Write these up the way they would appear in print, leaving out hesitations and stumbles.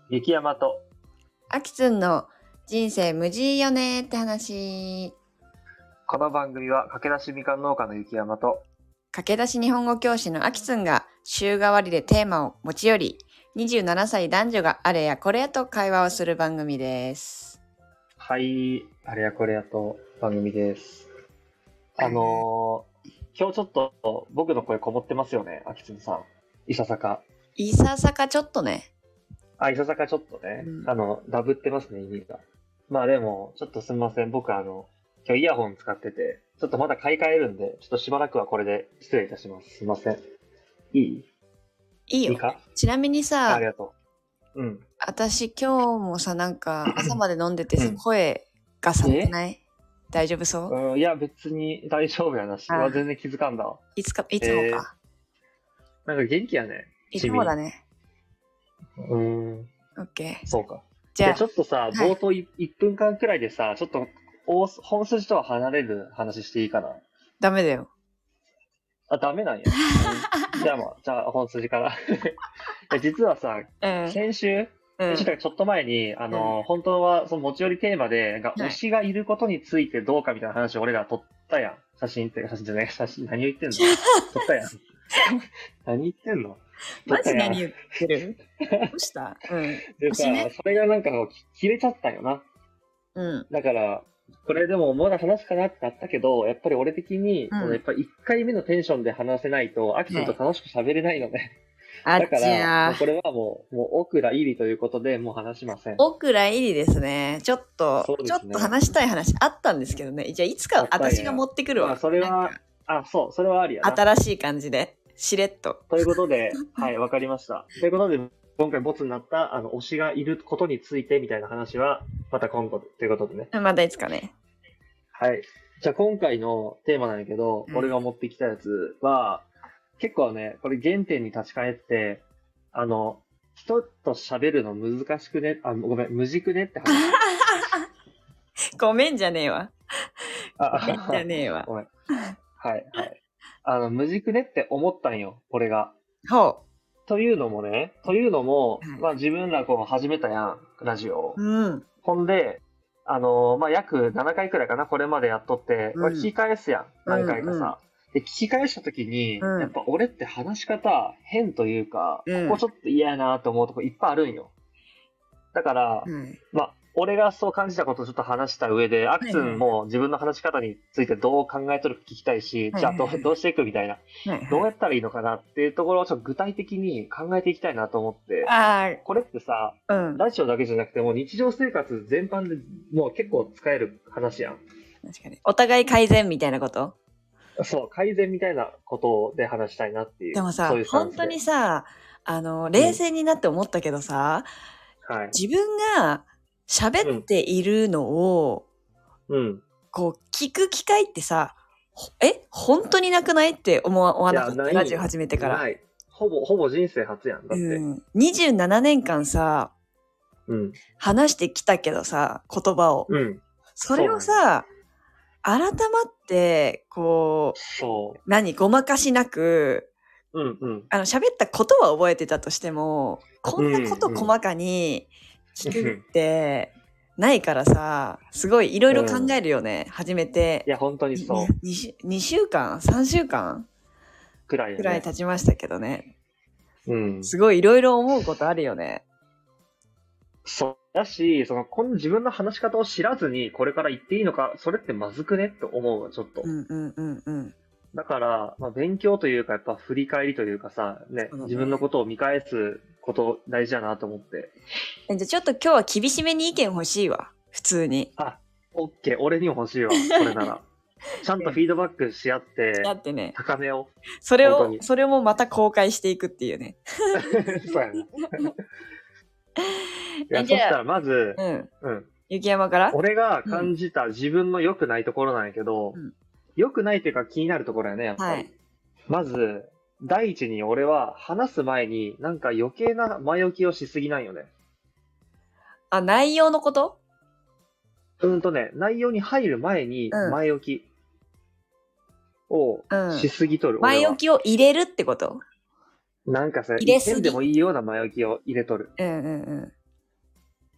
雪山とあきつんの人生無事よねって話。 この番組は駆け出しみかん農家の雪山と駆け出し日本語教師のあきつんが週替わりでテーマを持ち寄り、27歳男女があれやこれやと会話をする番組です。 はい、あれやこれやと番組です。今日ちょっと僕の声こもってますよね、あきつんさん。いささかちょっとね。 いささかちょっとね、ダブってますね、意味が。まあでも、ちょっとすみません。僕今日イヤホン使ってて、ちょっとまだ買い替えるんで、ちょっとしばらくはこれで失礼いたします。すみません。いいよ。 いいか？ ちなみにさ、 ありがとう。うん。 私今日もさ、なんか朝まで飲んでてさ、声がされてない？大丈夫そう？ いや、別に大丈夫やなし。全然気づかんだわ。 いつもか。 なんか元気やね。 いつもだね。 オッケー。 そうか。じゃあちょっとさ、冒頭1分間くらいでさ、ちょっと本筋とは離れる話していいかな？ ダメだよ。 ダメなんや。じゃあ本筋から。実はさ、先週ちょっと前に、本当はその持ち寄りテーマで、推しがいることについてどうかみたいな話を俺ら撮ったやん。写真じゃない、何を言ってんの？撮ったやん。何言ってんの？ マジ何言ってる？どうした？ でさ、それがなんか切れちゃったよな。だから、これでもまだ話すかなってなったけど、やっぱり俺的に、やっぱ1回目のテンションで話せないと、アキさんと楽しく喋れないのね。だから、これはもう、オクラ入りということで、もう話しません。 オクラ入りですね。ちょっと話したい話あったんですけどね。じゃあ、いつか私が持ってくるわ。 それはありやな。 新しい感じで、しれっと。 ということで、はい、わかりました。ということで、今回ボツになった、推しがいることについてみたいな話は、また今度ということでね。 またいつかね。 はい。じゃあ今回のテーマなんだけど、俺が持ってきたやつは、結構ね、これ原点に立ち返って、人と喋るの難しくね、ごめん、無軸ねって話。 ごめんじゃねえわ。ごめんじゃねえわ。 ごめん。はい、はい。無軸ねって思ったんよ、これが。 ほう。 というのも、まあ自分ら始めたやん、ラジオ。ほんで、まあ約7回くらいかな、これまでやっとって、聞き返すやん、何回かさ。で、聞き返したときに、やっぱ俺って話し方変というか、ここちょっと嫌やなと思うとこいっぱいあるんよ。だから、まあ、俺がそう感じたことをちょっと話した上で、アクツンも自分の話し方についてどう考えとるか聞きたいし、じゃあどうしていくみたいな、どうやったらいいのかなっていうところをちょっと具体的に考えていきたいなと思って、これってさ、ラジオだけじゃなくても日常生活全般でもう結構使える話やん。 確かに。お互い改善みたいなこと？ そう、改善みたいなことで話したいなっていう。 でもさ、本当にさ、冷静になって思ったけどさ、自分が喋っているのを、こう、聞く機会ってさ、本当になくないって思わなかった？ラジオ始めてから。 ほぼ人生初やん。だって。 27年間さ、話してきたけどさ、言葉を。それをさ、改まって、こう、ごまかしなく、喋ったことは覚えてたとしても、こんなこと細かに聞くってないからさ、すごいいろいろ考えるよね、初めて。 いや、本当にそう。 2週間 ?3 週間くらい経ちましたけどね。すごいいろいろ思うことあるよね。 そうだし、この自分の話し方を知らずにこれから言っていいのか、それってまずくねって思うわ、ちょっと。だから、まあ、勉強というか、やっぱ振り返りというかさ、ね、自分のことを見返すこと大事だなと思って。 じゃあちょっと今日は厳しめに意見欲しいわ、普通に。 オッケー、俺にも欲しいわ、これなら。ちゃんとフィードバックし合って、 ね、 高めを。 それをまた公開していくっていうね。 そうやな。いや、そしたらまず、 雪山から俺が感じた自分の良くないところなんやけど、良くないというか気になるところやね、やっぱり。まず、第一に俺は話す前になんか余計な前置きをしすぎないよね。 内容のこと？ 内容に入る前に前置きをしすぎとる。 前置きを入れるってこと？ なんかさ、一点でもいいような前置きを入れとる。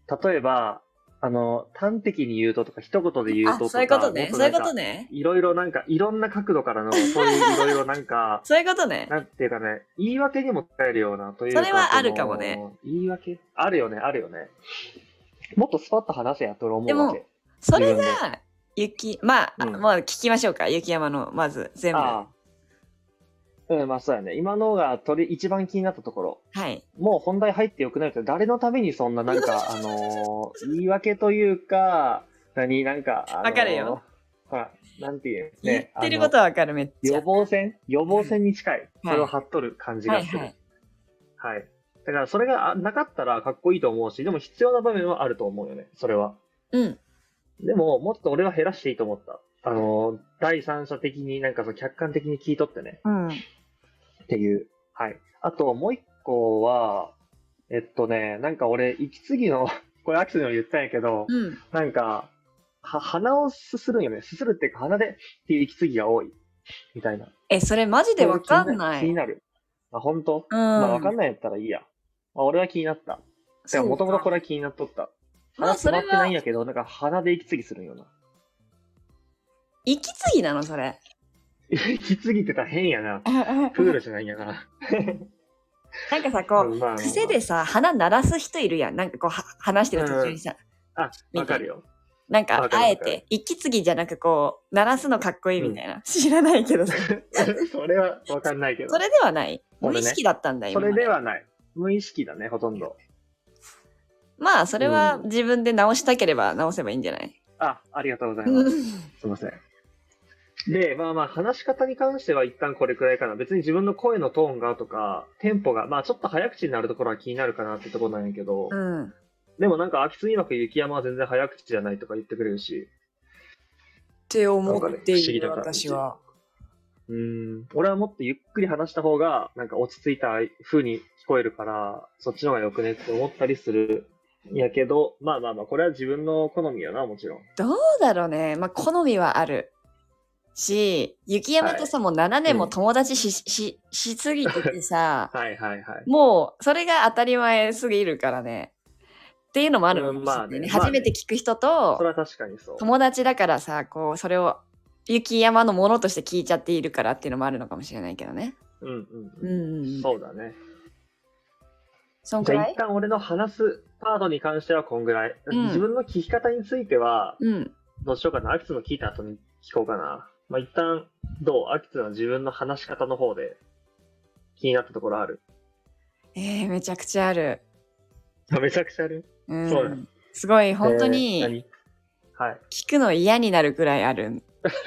例えば、端的に言うととか、一言で言うととか。 そういうことね。そういうことね。 いろいろなんか、いろんな角度からの、そういういろいろなんか、 そういうことね。 なんていうかね、言い訳にも使えるような、というか。 それはあるかもね。 言い訳あるよね、あるよね。もっとスパッと話せやと思うわけ。 でも、それが、まあ聞きましょうか。雪山の、まず、全部。 まあそうやね。今のが一番気になったところ。 はい。 もう本題入ってよくないけど、誰のためにそんななんか、言い訳というか、なんか、 わかるよ。 ほら、なんていう、 ね。言ってることはわかる、めっちゃ。予防線に近い。それを張っとる感じがする。はい。だからそれがなかったらかっこいいと思うし、でも必要な場面はあると思うよね、それは。 うん。 でも、もっと俺は減らしていいと思った。第三者的になんか客観的に聞いとってね。 うん。 っていう。はい。あと、もう一個は、なんか俺、息継ぎの、これアキスにも言ったんやけど、なんか、鼻をすするんよね。すするっていうか、鼻でっていう息継ぎが多い。みたいな。 それマジでわかんない。 気になる。本当？まあわかんないやったらいいや。俺は気になった。でももともとこれは気になっとった。鼻詰まってないんやけど、なんか鼻で息継ぎするんよな。 息継ぎなのそれ。 息継ぎって言ったら変やな。プールじゃないんやな。 なんかさ、こう、癖でさ、鼻鳴らす人いるやん。なんかこう、話してる途中にさ。 わかるよ。 なんか、あえて、息継ぎじゃなくこう、鳴らすのかっこいいみたいな。知らないけどさ。 それはわかんないけど。 それではない。無意識だったんだよ。 それではない。無意識だね、ほとんど。 まあ、それは自分で直したければ直せばいいんじゃない？ ありがとうございます。すいません。で、まあ話し方に関しては一旦これくらいかな。別に自分の声のトーンがとか、テンポが、まあちょっと早口になるところは気になるかなってところなんやけど、でもなんか秋津曰く雪山は全然早口じゃないとか言ってくれるし。 って思っている、私は。 俺はもっとゆっくり話した方が、なんか落ち着いた風に聞こえるから、そっちの方がよくねって思ったりする。やけど、まあ、これは自分の好みやな、もちろん。 どうだろうね。まあ、好みはある。し、雪山とさ、もう7年も友達しすぎててさ、もう、それが当たり前すぎるからね。っていうのもあるのかもしれないね。初めて聞く人と、 それは確かにそう。 友達だからさ、こう、それを雪山のものとして聞いちゃっているからっていうのもあるのかもしれないけどね。 そうだね。 そんくらい？ じゃあ一旦俺の話すパートに関してはこんぐらい。自分の聞き方については、どうしようかな。アキツの聞いた後に聞こうかな。まあ、一旦、アキツの自分の話し方の方で気になったところある？ めちゃくちゃある。 めちゃくちゃある？そうだ。 すごい、本当に、 はい。 聞くの嫌になるくらいある。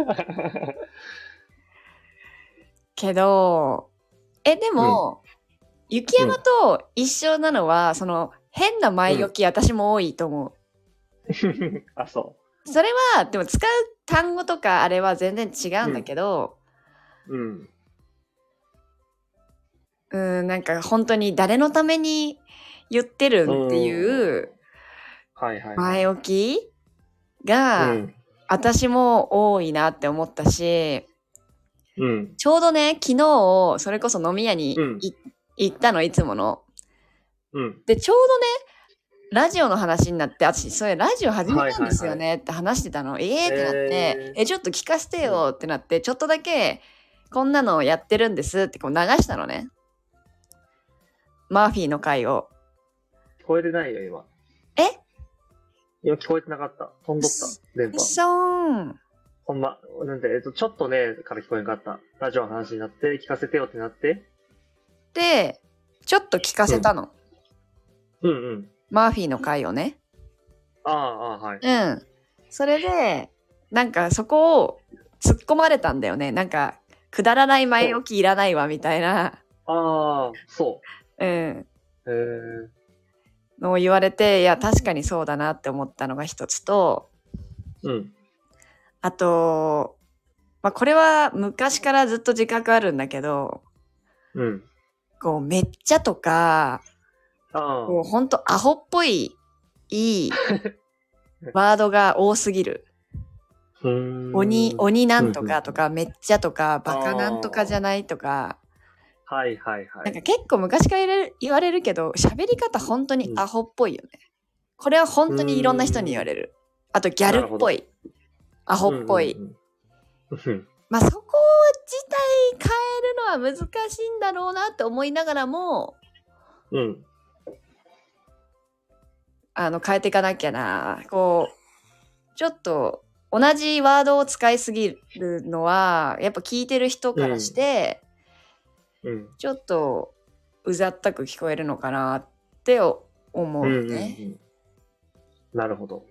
けど、でも、雪山と一緒なのは、その、変な前置き、私も多いと思う。 そう。 それは、でも使う単語とかあれは全然違うんだけど、なんか本当に誰のために言ってるっていう前置きが、私も多いなって思ったし、ちょうどね、昨日、それこそ飲み屋に行ったの、いつもの。で、ちょうどね、ラジオの話になって、私、それラジオ始めたんですよねって話してたの。ってなって、ちょっと聞かせてよってなって、ちょっとだけ、こんなのやってるんですってこう流したのね。マーフィーの回を。 聞こえてないよ、今。今聞こえてなかった。飛んどった、電波。ほんま、なんで、ちょっとね、から聞こえなかった。ラジオの話になって、聞かせてよってなって。 で、ちょっと聞かせたの。マーフィーの回をね。 はい。 それで、なんかそこを突っ込まれたんだよね。なんか、くだらない前置きいらないわ、みたいな。 そう。 のを言われて、いや、確かにそうだなって思ったのが一つと、あと、まあ、これは昔からずっと自覚あるんだけど、こう、めっちゃとか、こうほんとアホっぽい、いいワードが多すぎる。鬼なんとかとか、めっちゃとか、バカなんとかじゃないとか、なんか結構昔から言われるけど、喋り方本当にアホっぽいよね。 これは本当にいろんな人に言われる。あとギャルっぽい。アホっぽい。まあそこ自体変えるのは難しいんだろうなって思いながらも、変えていかなきゃな。こう、ちょっと同じワードを使いすぎるのは、やっぱ聞いてる人からして、ちょっとうざったく聞こえるのかなって思うね。 なるほど。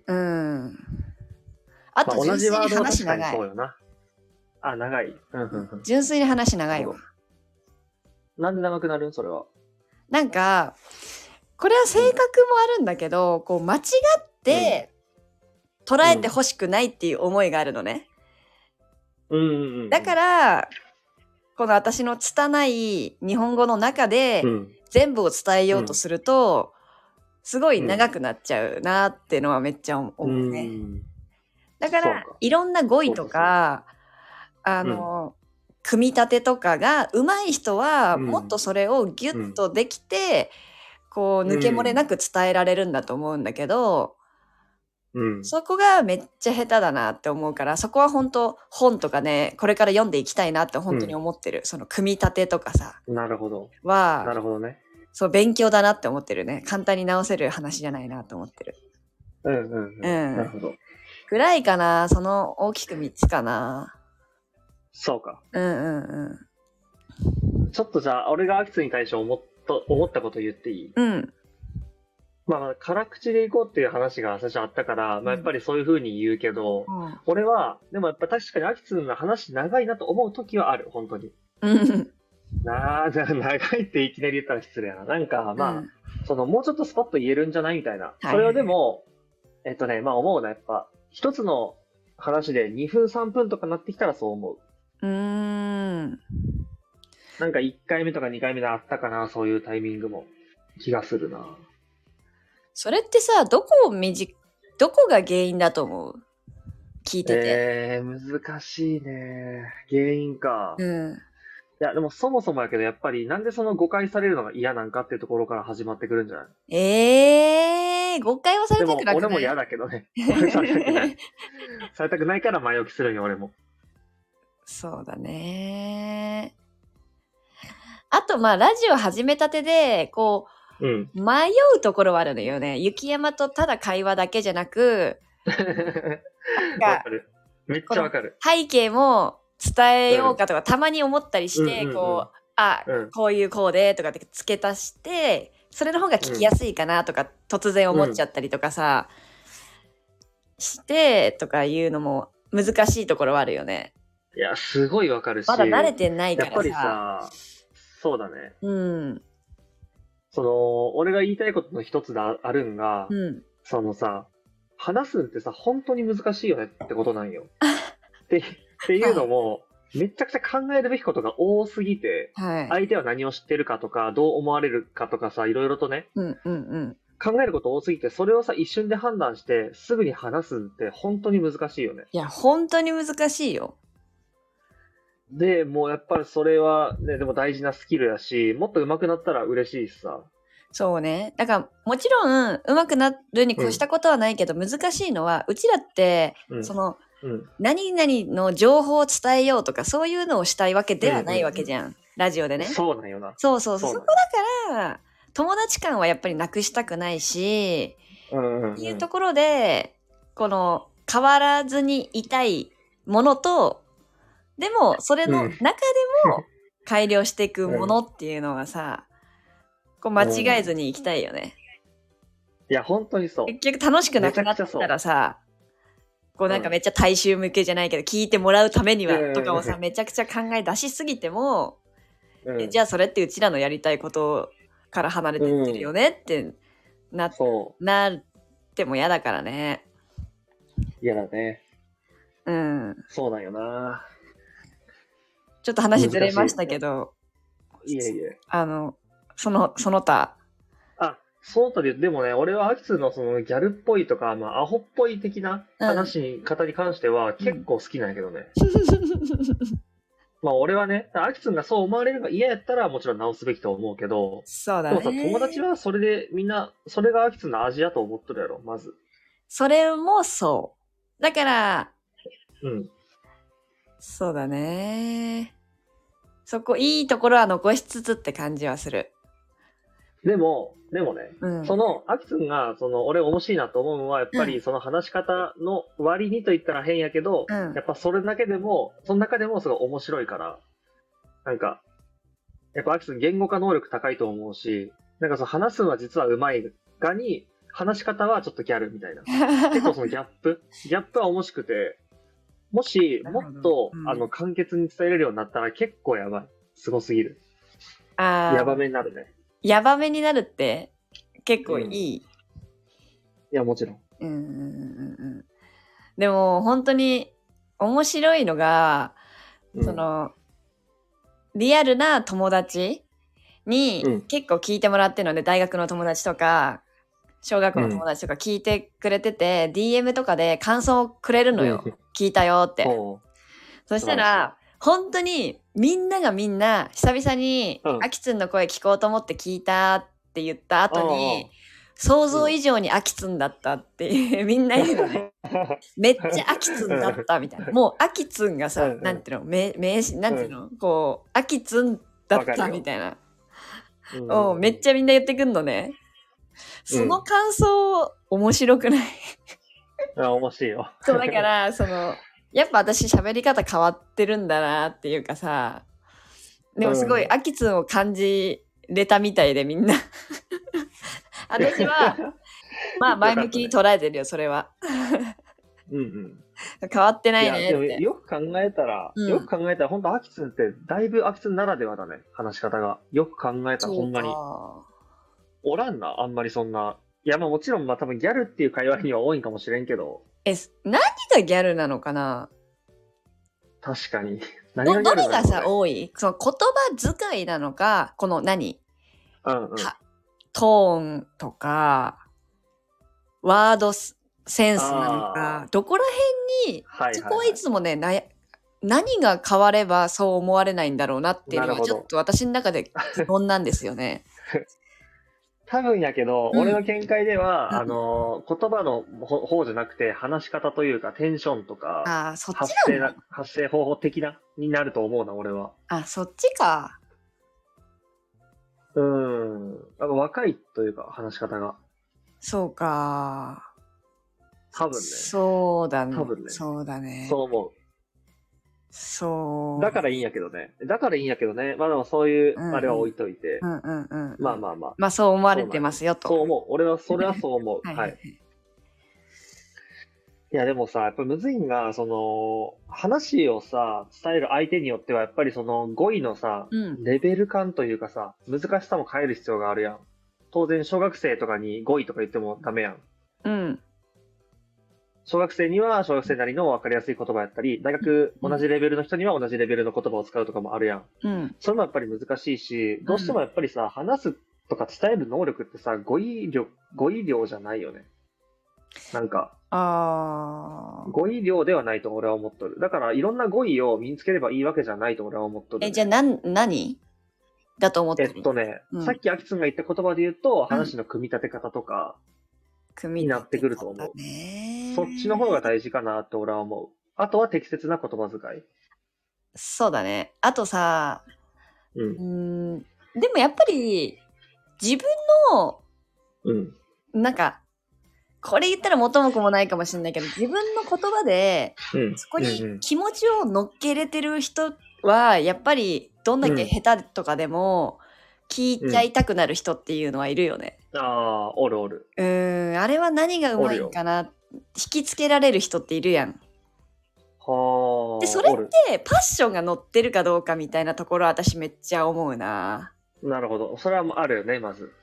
あと純粋に話長い。 そうよな。あ、長い。 純粋に話長いわ。 なんで長くなるんそれは。 なんか、これは性格もあるんだけど、こう間違って捉えてほしくないっていう思いがあるのね。だから、この私の拙い日本語の中で全部を伝えようとすると、すごい長くなっちゃうなっていうのはめっちゃ思うね。だから、いろんな語彙とか、組み立てとかが上手い人は、もっとそれをギュッとできて、こう、抜け漏れなく伝えられるんだと思うんだけど、そこがめっちゃ下手だなって思うから、そこは本当本とかね、これから読んでいきたいなって本当に思ってる。その組み立てとかさ。 なるほど。 なるほどね。 そう、勉強だなって思ってるね。簡単に直せる話じゃないなと思ってる。 なるほど。 ぐらいかな。その大きく3つかな。 そうか。ちょっとじゃあ、俺がアキツに対して思ったこと言っていい？まあ、辛口でいこうっていう話が最初あったから、まあやっぱりそういう風に言うけど、俺は、でもやっぱ確かにアキツの話長いなと思う時はある、本当に。長いっていきなり言ったら失礼やな。なんか、まあ、もうちょっとスパッと言えるんじゃないみたいな。それはでも、まあ思うな、やっぱ、一つの話で2分3分とかなってきたらそう思う。なんか1回目とか2回目であったかな、そういうタイミングも。気がするな。 それってさ、どこが原因だと思う？聞いてて。 難しいね。原因か。いや、でもそもそもやけど、やっぱりなんでその誤解されるのが嫌なんかっていうところから始まってくるんじゃない？誤解はされたくなくない？でも俺も嫌だけどね。されたくない。されたくないから前置きするんよ、俺も。 そうだね。あと、まあ、ラジオ始めたてで、こう、迷うところはあるのよね。雪山とただ会話だけじゃなく、 わかる。めっちゃわかる。 背景も伝えようかとか、たまに思ったりして、こう、こういうこうでとかって付け足して、それの方が聞きやすいかなとか、突然思っちゃったりとかさ、してとかいうのも難しいところはあるよね。 いや、すごいわかるし。 まだ慣れてないからさ。 やっぱりさ、そうだね。俺が言いたいことの一つであるんが、話すんってさ、本当に難しいよねってことなんよ。っていうのも、めちゃくちゃ考えるべきことが多すぎて、相手は何を知ってるかとか、どう思われるかとかさ、いろいろとね、考えること多すぎて、それをさ、一瞬で判断して、すぐに話すって本当に難しいよね。 いや、本当に難しいよ。 で、もうやっぱりそれはね、でも大事なスキルやし、もっと上手くなったら嬉しいしさ。 そうね。だから、もちろん、上手くなるに越したことはないけど、難しいのは、うちらって、何々の情報を伝えようとか、そういうのをしたいわけではないわけじゃん。ラジオでね。 そうなんよな。 そう。そこだから、友達感はやっぱりなくしたくないし、いうところで、この、変わらずにいたいものと、でも、それの中でも改良していくものっていうのがさ、こう間違えずにいきたいよね。 いや、本当にそう。 結局楽しくなくなったらさ、こうなんかめっちゃ大衆向けじゃないけど、聞いてもらうためにはとかをさ、めちゃくちゃ考え出しすぎても、じゃあそれってうちらのやりたいことから離れてってるよねってなっても嫌だからね。 嫌だね。そうだよな。 ちょっと話ずれましたけど。 いえいえ。 その他。 その他でもね、俺はアキツのそのギャルっぽいとか、まあアホっぽい的な方に関しては結構好きなんやけどね。 まあ俺はね、アキツンがそう思われるが嫌やったらもちろん直すべきと思うけど、 そうだね。 でもさ、友達はそれでみんな、それがアキツンの味やと思っとるやろ、まず。 それもそう。だから、 うん。 そうだね。そこ、いいところは残しつつって感じはする。 でもね、その、アキツンが、俺面白いなと思うのは、やっぱりその話し方の割にと言ったら変やけど、やっぱそれだけでも、その中でもすごい面白いから、なんか、やっぱアキツン言語化能力高いと思うし、なんか話すのは実は上手いがに、話し方はちょっとギャルみたいな。結構そのギャップは面白くて、もし、もっと、簡潔に伝えれるようになったら結構やばい。すごすぎる。やばめになるね。 やばめになるって結構いい。 いや、もちろん。でも本当に面白いのが、リアルな友達に結構聞いてもらってるので、大学の友達とか、小学校の友達とか聞いてくれてて、DM とかで感想をくれるのよ。聞いたよって。そしたら、本当にみんながみんな久々にアキツンの声聞こうと思って聞いたって言った後に、想像以上にアキツンだったってみんな言うのね。めっちゃアキツンだったみたいな。もうアキツンがさ、なんていうの、名詞、なんていうの、こう、アキツンだったみたいな。めっちゃみんな言ってくんのね。その感想、面白くない面白いよ。 そう、だから、やっぱ私喋り方変わってるんだなっていうかさ、でもすごいアキツンを感じれたみたいでみんな。私は、まあ前向きに捉えてるよ、それは。変わってないねって。 でもよく考えたら、本当アキツンってだいぶアキツンならではだね、話し方が。よく考えたらほんまに。おらんな、あんまりそんな。いや、まあもちろん多分ギャルっていう会話には多いかもしれんけど。 何がギャルなのかな？ 確かに。 どれがさ、多い？その言葉遣いなのか、このトーンとか、ワードセンスなのか、どこら辺に、そこはいつもね、何が変わればそう思われないんだろうなっていうのはちょっと私の中で疑問なんですよね。 多分やけど、俺の見解では、言葉の方じゃなくて、話し方というか、テンションとか、発声方法的な、になると思うな、俺は。 そっちか。 若いというか、話し方が。 そうか。 多分ね。 そうだね。 多分ね。 そうだね。 そう思う。 そう。 だからいいんやけどね。まあでもそういう、あれは置いといて。まあ。 まあそう思われてますよと。 そう思う。俺は、それはそう思う。はい。いやでもさ、やっぱむずいんが、話をさ、伝える相手によっては、やっぱり語彙のさ、レベル感というかさ、難しさも変える必要があるやん。当然、小学生とかに語彙とか言ってもダメやん。小学生には小学生なりの分かりやすい言葉やったり、大学同じレベルの人には同じレベルの言葉を使うとかもあるやん。それもやっぱり難しいし、どうしてもやっぱりさ、話すとか伝える能力ってさ、語彙量じゃないよね。なんか、語彙量ではないと俺は思っとる。だからいろんな語彙を身につければいいわけじゃないと俺は思っとる。 じゃあ何だと思ってる？ さっきアキツンが言った言葉で言うと、話の組み立て方とか、になってくると思う。そっちの方が大事かなって俺は思う。あとは適切な言葉遣い。 そうだね。あとさ、でもやっぱり自分の、なんか、これ言ったら元も子もないかもしれないけど、自分の言葉で、そこに気持ちを乗っけれてる人は、やっぱりどんだけ下手とかでも、聞いちゃいたくなる人っていうのはいるよね。 おる。 あれは何がうまいんかな。引きつけられる人っているやん。で、それってパッションが乗ってるかどうかみたいなところは私めっちゃ思うな。 なるほど。それはあるよね、まず。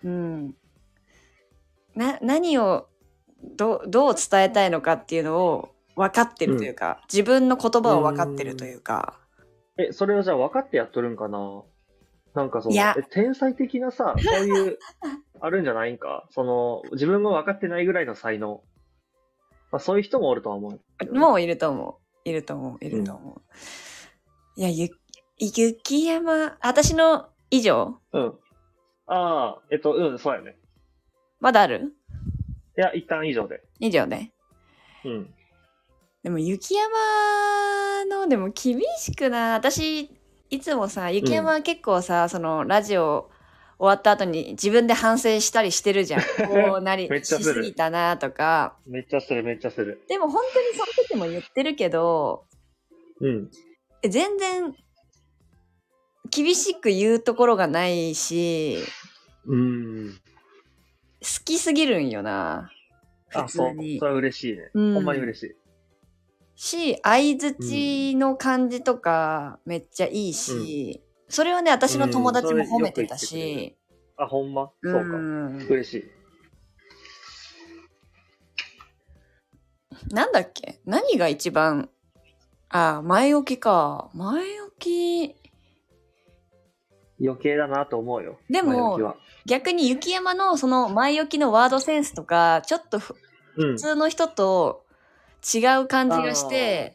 何をどう伝えたいのかっていうのを分かってるというか、自分の言葉を分かってるというか。 それはじゃあ分かってやっとるんかな。なんか天才的なさ、そういう、あるんじゃないんか。自分が分かってないぐらいの才能。まあ、そういう人もおるとは思う。 もういると思う。いや、 雪山、私の以上？ うん。ああ、そうやね。 まだある？ いや、一旦以上で。 以上で。 うん。 でも雪山の、でも厳しくな、私、いつもさ、雪山結構さ、そのラジオ終わった後に自分で反省したりしてるじゃん。こうなり、しすぎたなとか。 めっちゃする、めっちゃする。 でも本当にその時も言ってるけど、 うん。 全然、厳しく言うところがないし、好きすぎるんよな。 普通に。それは嬉しいね。ほんまに嬉しい。 相槌の感じとかめっちゃいいし、それはね、私の友達も褒めてたし。 あ、ほんま？そうか。嬉しい。 なんだっけ？何が一番、前置きか。前置き。 余計だなと思うよ。 でも、逆に雪山のその前置きのワードセンスとか、ちょっと普通の人と違う感じがして、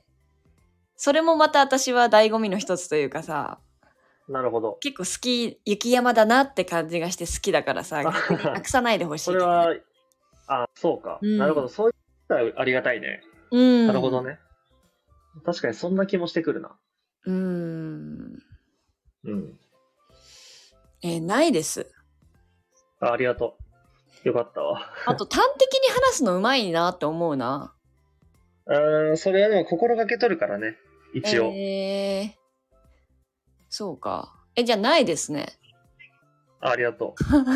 それもまた私は醍醐味の一つというかさ。 なるほど。 結構好き、雪山だなって感じがして好きだからさ、逆に隠さないでほしい。 それは、そうか。なるほど。そういったらありがたいね。なるほどね。確かにそんな気もしてくるな。 ないです。 ありがとう。よかったわ。 あと端的に話すのうまいなって思うな。 それはでも心がけとるからね。一応。 そうか。じゃあないですね。 ありがと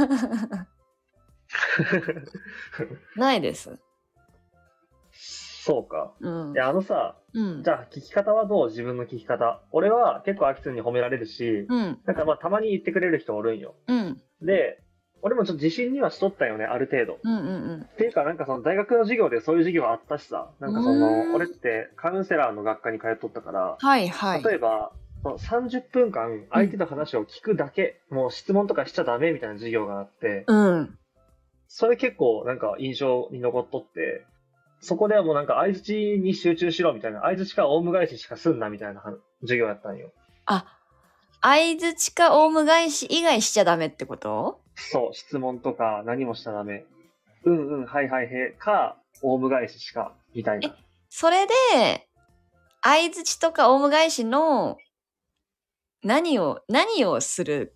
う。ないです。 そうか。いや、じゃあ聞き方はどう？自分の聞き方。俺は結構アキツに褒められるし、なんかまあたまに言ってくれる人おるんよ。で、俺もちょっと自信にはしとったよね、ある程度。っていうか、なんかその大学の授業でそういう授業あったしさ、なんかその、俺ってカウンセラーの学科に通っとったから、例えば、30分間相手の話を聞くだけ、もう質問とかしちゃダメみたいな授業があって、それ結構なんか印象に残っとって、そこではもうなんか相槌に集中しろみたいな、相槌かオウム返ししかすんなみたいな授業やったんよ。 相槌かオウム返し以外しちゃダメってこと？ そう、質問とか何もしちゃダメ。はいはいへか、オウム返ししか、みたいな。 それで、相槌とかオウム返しの何をする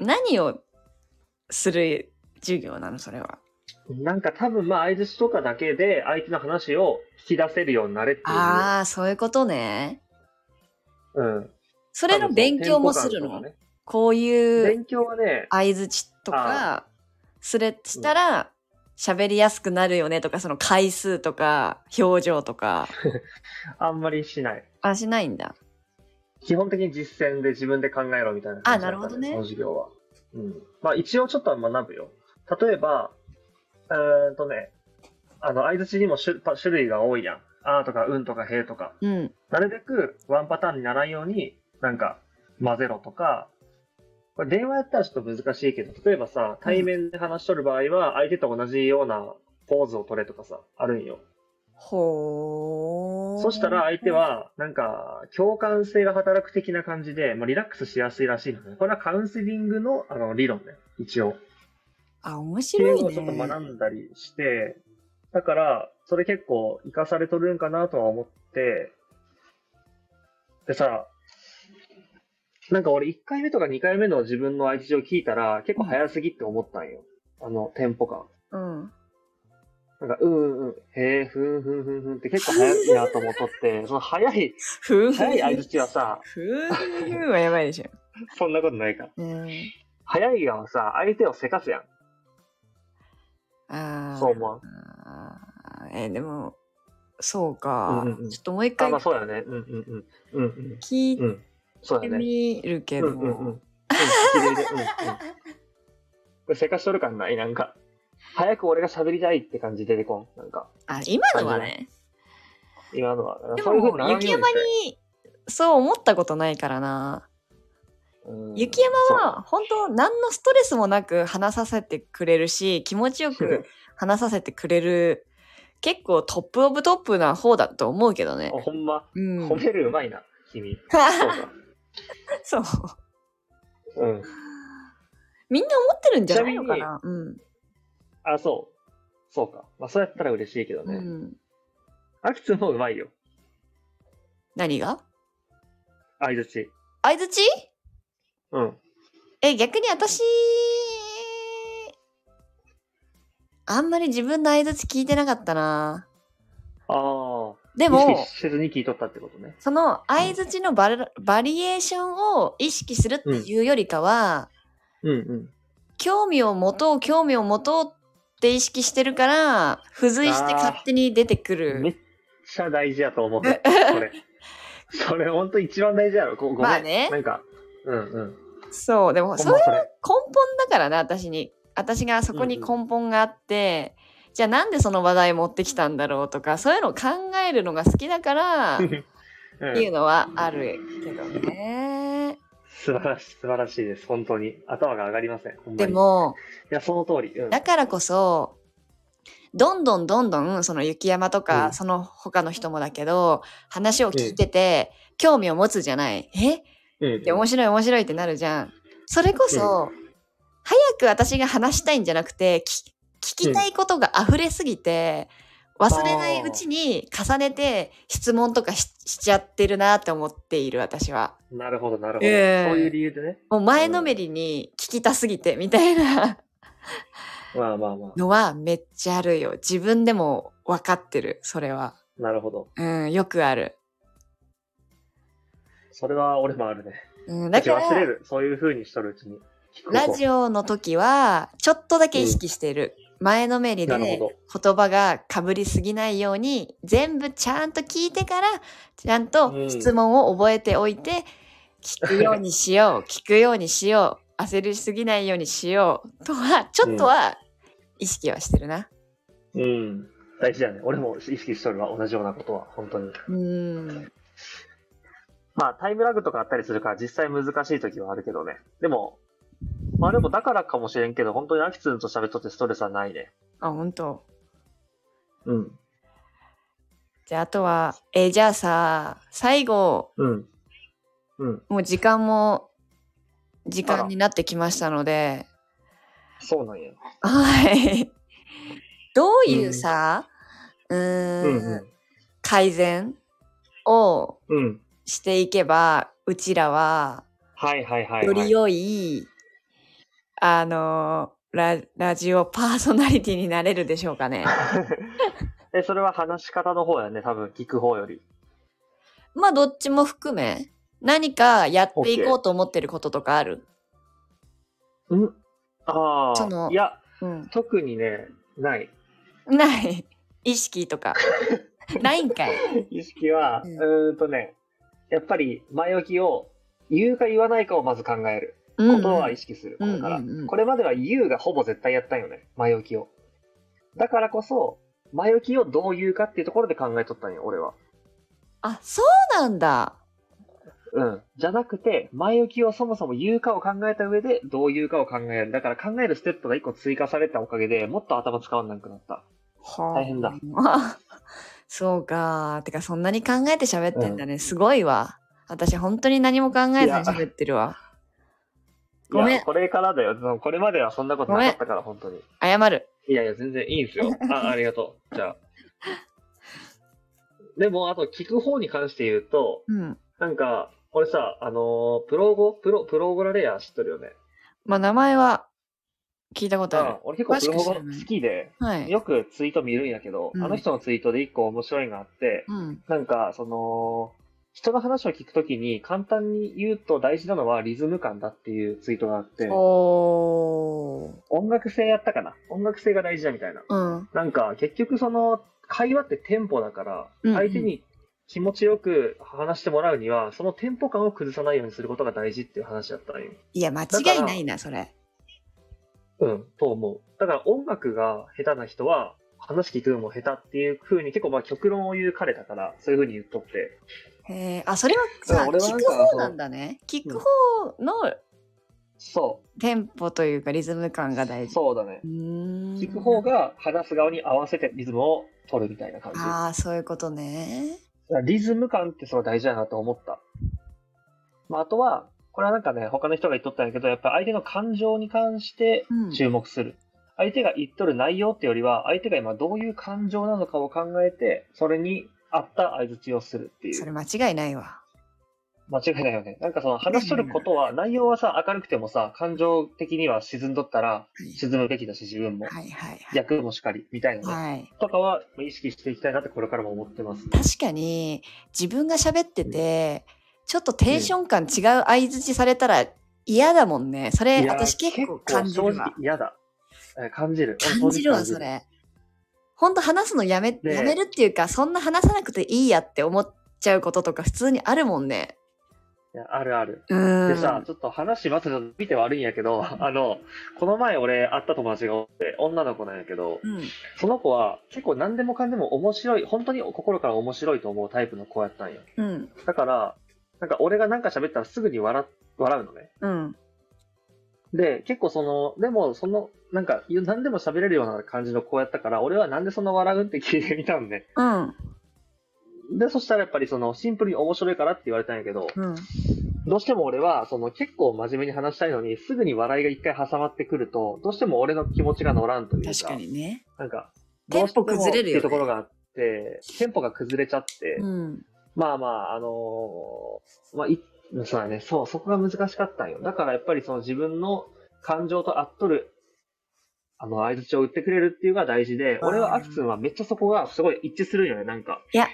授業なの？それは。 なんか多分相槌とかだけで相手の話を引き出せるようになれっていう。 そういうことね。それの勉強もするの？こういう勉強はね、 相槌とかしたら喋りやすくなるよねとか、その回数とか表情とかあんまりしない。 しないんだ。 基本的に実践で自分で考えろみたいな感じだった、ね。なるほどね。その授業は。まあ一応ちょっとは学ぶよ。例えば、相槌にも種類が多いやん。とか、とか、へとか。なるべくワンパターンにならんように、なんか、混ぜろとか、これ電話やったらちょっと難しいけど、例えばさ、対面で話しとる場合は、相手と同じようなポーズを取れとかさ、あるんよ。そしたら相手は、なんか、共感性が働く的な感じで、リラックスしやすいらしいのね。これはカウンセリングの、理論ね、一応。 面白いね。っていうのをちょっと学んだりして、だから、それ結構活かされとるんかなとは思って、でさ、なんか俺1回目とか2回目の自分の相槌を聞いたら結構早すぎって思ったんよ。テンポ感。なんか、へふんふんふんふんって結構早いなと思っとって、その早い相槌はさ、 はやばいでしょ。 そんなことないか。早いがはさ、相手をせかすやん。そう思う。 でも、そうか。ちょっともう一回。 そうやね。 聞いてみるけど。これせかしとる感ない？なんか。早く俺が喋りたいって感じ出てこん。なんか。 今のはね。 今のは。 でも、雪山にそう思ったことないからな。雪山は本当何のストレスもなく話させてくれるし、気持ちよく話させてくれる結構トップオブトップな方だと思うけどね。 ほんま、褒めるうまいな君。そうか。 そう。 うん。 みんな思ってるんじゃないのかな。うん。 あ、そう。そうか。まあ、そうやったら嬉しいけどね。うん。アキツもうまいよ。 何が？ 相づち。 相づち？ うん。 逆に私、あんまり自分の相づち聞いてなかったな。 ああ。 でも、 意識せずに聞いとったってことね。 その相づちのバリエーションを意識するっていうよりかは、 うんうん。 興味を持とうって意識してるから、付随して勝手に出てくる。 めっちゃ大事やと思う。それ。それほんと一番大事やろ。ごめん。まあね。なんか、うんうん。 そう、でもそれは根本だからな、私がそこに根本があって、じゃあなんでその話題持ってきたんだろうとか、そういうのを考えるのが好きだから、っていうのはあるけどね。 素晴らしいです。本当に。頭が上がりません。 でも、 いや、その通り。 だからこそ、どんどん、その雪山とか、その他の人もだけど、話を聞いてて、興味を持つじゃない。で、面白いってなるじゃん。それこそ、早く私が話したいんじゃなくて、聞きたいことが溢れすぎて、忘れないうちに重ねて質問とか しちゃってるなって思っている、私は。 なるほど。そういう理由でね。 もう前のめりに聞きたすぎて、みたいなのはめっちゃあるよ。自分でも分かってる、それは。 なるほど。 よくある。 それは俺もあるね。だから忘れる。そういう風にしとるうちに。 ラジオの時は、ちょっとだけ意識してる。前のめりで言葉がかぶりすぎないように、全部ちゃんと聞いてから、ちゃんと質問を覚えておいて、聞くようにしよう、焦りすぎないようにしよう、とは、ちょっとは意識はしてるな。 大事だね。俺も意識しとるわ、同じようなことは、本当に。まあ、タイムラグとかあったりするから、実際難しい時はあるけどね。でもだからかもしれんけど、本当にアキツンと喋っとってストレスはないね。 あ、本当。 うん。 じゃあ、あとは、じゃあさ、最後、もう時間になってきましたので。 そうなんや。 はい。どういうさ、改善をしていけば、うちらは、より良い、ラジオパーソナリティになれるでしょうかね。 それは話し方の方やね、多分聞く方より。 まあ、どっちも含め、何かやっていこうと思ってることとかある？ いや、特にね、ない。 意識とか。ないんかい。 意識は、やっぱり前置きを言うか言わないかをまず考えることは意識する。これまでは言うがほぼ絶対やったんよね、前置きを。だからこそ、前置きをどう言うかっていうところで考えとったんよ、俺は。 あ、そうなんだ。 じゃなくて、前置きをそもそも言うかを考えた上で、どう言うかを考える。だから考えるステップが一個追加されたおかげでもっと頭使わなくなった。大変だ。 そうか。てか、そんなに考えて喋ってんだね。すごいわ。私、本当に何も考えずに喋ってるわ。 ごめん。これからだよ。これまではそんなことなかったから、本当に。 謝る。 いや、全然いいんすよ。ありがとう。じゃあ。でも、あと、聞く方に関して言うと、なんか、これさ、プロゴラレア知っとるよね。 まあ、名前は聞いたことある。 俺結構プロゴラ好きで、よくツイート見るんやけど、あの人のツイートで一個面白いのがあって、なんか、人の話を聞くときに簡単に言うと大事なのはリズム感だっていうツイートがあって、音楽性やったかな、音楽性が大事だみたいな。なんか、結局会話ってテンポだから、相手に気持ちよく話してもらうには、そのテンポ感を崩さないようにすることが大事っていう話だったのよ。 いや、間違いないな、それ。 と思う。だから音楽が下手な人は、話聞くのも下手っていう風に結構極論を言う彼だから、そういう風に言っとって。 それはさ、聞く方なんだね。聞く方の、テンポというかリズム感が大事。 そうだね。聞く方が話す側に合わせてリズムを取るみたいな感じ。 そういうことね。 リズム感ってすごい大事だなと思った。 まあ、あとは、これはなんかね、他の人が言っとったんやけど、やっぱ相手の感情に関して注目する。相手が言っとる内容ってよりは、相手が今どういう感情なのかを考えて、それに合った相槌をするっていう。 それ間違いないわ。 間違いないよね。なんかその話しとることは、内容はさ、明るくてもさ、感情的には沈んどったら、沈むべきだし、自分も。 はいはいはい。 役もしかり、みたいなね。はい。とかは意識していきたいなってこれからも思ってます。 確かに、自分が喋ってて、ちょっとテンション感違う相槌されたら嫌だもんね。それ、私結構感じるわ。 正直嫌だ。感じる。 感じるわ、それ。ほんと話すのやめるっていうか、そんな話さなくていいやって思っちゃうこととか普通にあるもんね。 いや、あるある。でさ、ちょっと話まず見て悪いんやけど、この前俺会った友達がおって、女の子なんやけど、その子は結構何でもかんでも面白い、本当に心から面白いと思うタイプの子やったんよ。だから、なんか俺がなんか喋ったらすぐに笑うのね。で、結構でもなんか何でも喋れるような感じの子やったから、俺はなんでそんな笑うって聞いてみたんね。で、そしたらやっぱりシンプルに面白いからって言われたんやけど、どうしても俺は、結構真面目に話したいのに、すぐに笑いが一回挟まってくると、どうしても俺の気持ちが乗らんというか。 確かにね。 なんか、 テンポ崩れるよね。 っていうところがあって、テンポが崩れちゃって、まあまあ、そうだね、そこが難しかったんよ。だからやっぱり自分の感情と合っとる、相槌を打ってくれるっていうのが大事で、俺はアキツンはめっちゃそこがすごい一致するよね、なんか。 いや。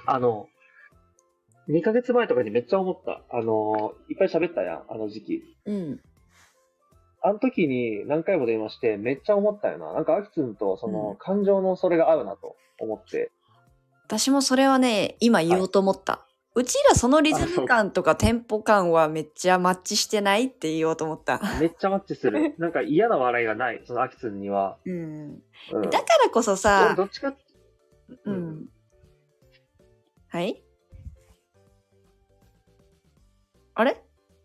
2ヶ月前とかにめっちゃ思った。いっぱい喋ったやん、あの時期。あの時に何回も電話してめっちゃ思ったよな。なんかアキツンと感情のそれが合うなと思って。 私もそれはね、今言おうと思った。うちらそのリズム感とかテンポ感はめっちゃマッチしてないって言おうと思った。 めっちゃマッチする。なんか嫌な笑いがない、そのアキツンには。 だからこそさ、 俺どっちかはい？あれ？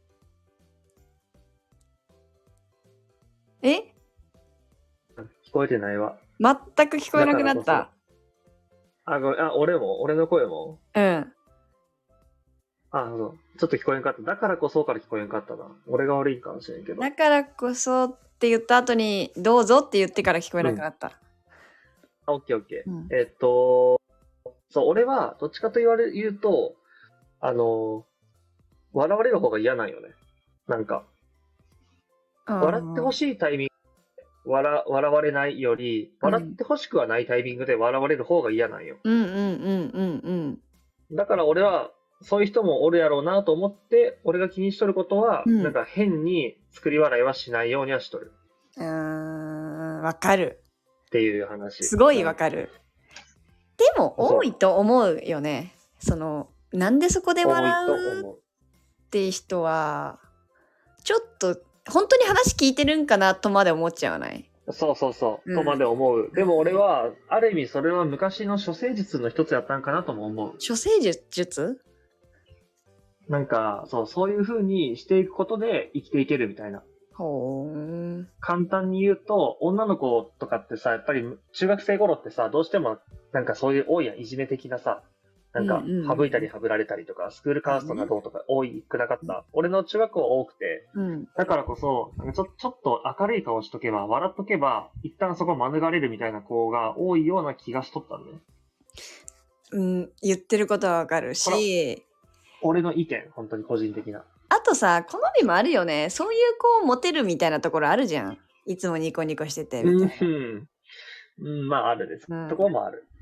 え？ 聞こえてないわ。 全く聞こえなくなった。 俺の声も？ うん。 そう。ちょっと聞こえんかった。だからこそから聞こえんかったな。俺が悪いかもしれんけど。 だからこそって言った後に、どうぞって言ってから聞こえなくなった。 オッケーオッケー。そう、俺はどっちかと言うと、笑われる方が嫌なんよね。なんか、笑ってほしいタイミングで笑われないより、笑ってほしくはないタイミングで笑われる方が嫌なんよ。だから俺は、そういう人もおるやろうなと思って、俺が気にしとることは、なんか変に作り笑いはしないようにはしとる。 わかる。 っていう話。 すごいわかる。でも、多いと思うよね。なんでそこで笑うって人は、ちょっと、本当に話聞いてるんかなとまで思っちゃわない？ そう、とまで思う。でも俺は、ある意味それは昔の処世術の一つやったんかなとも思う。 処世術？ なんか、そういう風にしていくことで生きていけるみたいな。簡単に言うと、女の子とかってさ、やっぱり中学生頃ってさ、どうしてもなんかそういう多いやん、いじめ的なさ、なんか省いたり省られたりとか、スクールカーストがどうとか多くなかった。俺の中学校は多くて、だからこそ、ちょっと明るい顔しとけば、笑っとけば、一旦そこ免れるみたいな子が多いような気がしとったんだね。 言ってることはわかるし、 俺の意見、本当に個人的な。 あとさ、好みもあるよね。そういう子をモテるみたいなところあるじゃん。いつもニコニコしててみたいな。 まああるです。ところもある。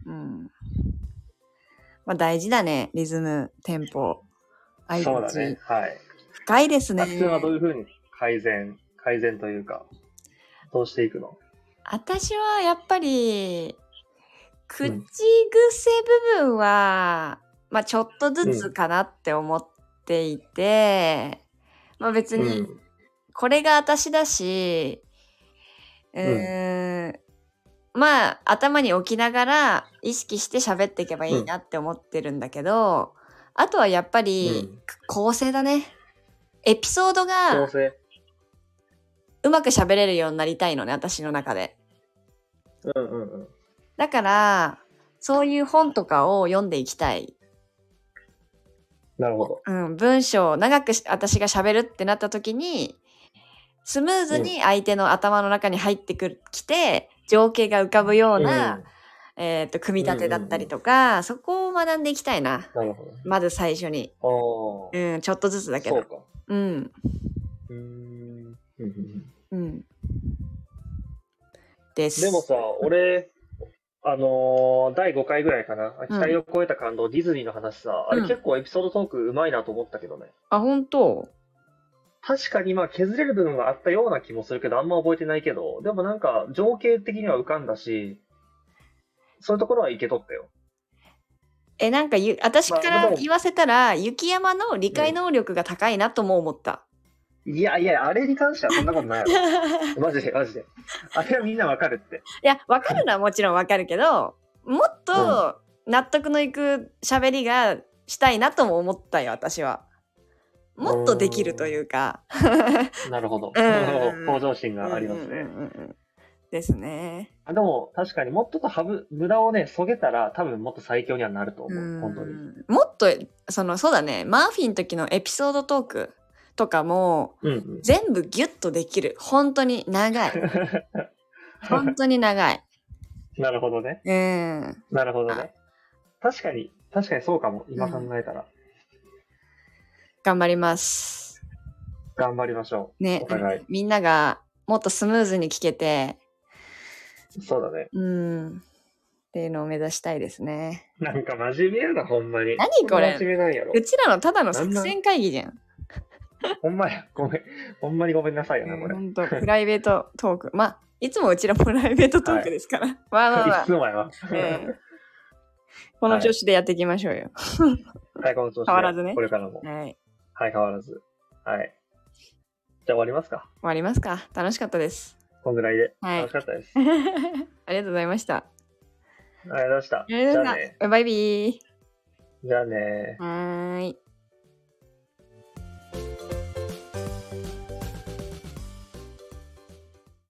まあ大事だね。リズム、テンポ。 そうだね。はい。 深いですね。 アキツンはどういうふうに改善というか、どうしていくの？ 私はやっぱり、口癖部分は、まあちょっとずつかなって思っていて、まあ別に、これが私だし、まあ頭に置きながら意識して喋っていけばいいなって思ってるんだけど、あとはやっぱり構成だね。エピソードがうまく喋れるようになりたいのね、私の中で。だからそういう本とかを読んでいきたい。 なるほど。 文章を長く私が喋るってなった時に、スムーズに相手の頭の中に入ってきて、情景が浮かぶような、組み立てだったりとか、そこを学んでいきたいな。 なるほど。 まず最初に。ちょっとずつだけど。そうか。です。 でもさ、俺、第5回ぐらいかな。期待を超えた感動、ディズニーの話さ、あれ結構エピソードトークうまいなと思ったけどね。 あ、本当？ 確かに削れる部分があったような気もするけど、あんま覚えてないけど、でもなんか情景的には浮かんだし、そういうところはいけとったよ。 なんか私から言わせたら、雪山の理解能力が高いなとも思った。 いや、あれに関してはそんなことないよ。マジで。あれはみんなわかるって。 いや、わかるのはもちろんわかるけど、もっと納得のいく喋りがしたいなとも思ったよ、私は。もっとできるというか。 なるほど。向上心がありますね。 ですね。 でも、確かにもっと無駄をね、そげたら多分もっと最強にはなると思う。本当に。 もっと、そうだね、マーフィンの時のエピソードトークとかも、全部ギュッとできる。本当に長い。本当に長い。 なるほどね。なるほどね。確かにそうかも。今考えたら。 頑張ります。 頑張りましょう。 ね。お互い。みんながもっとスムーズに聞けて。 そうだね。 っていうのを目指したいですね。 なんか真面目やな、ほんまに。 何これ。真面目なんやろ。うちらのただの作戦会議じゃん。 ほんまや。ほんまにごめんなさいよな、これ。 ほんと、プライベートトーク。いつもうちらプライベートトークですから。 いつもやわ。 この調子でやっていきましょうよ。 はい、この調子で。 変わらずね。 これからも。はい、変わらず。はい。じゃあ終わりますか。 終わりますか。楽しかったです。 こんぐらいで。楽しかったです。 ありがとうございました。 ありがとうございました。じゃあね。 バイビー。 じゃあね。 はい。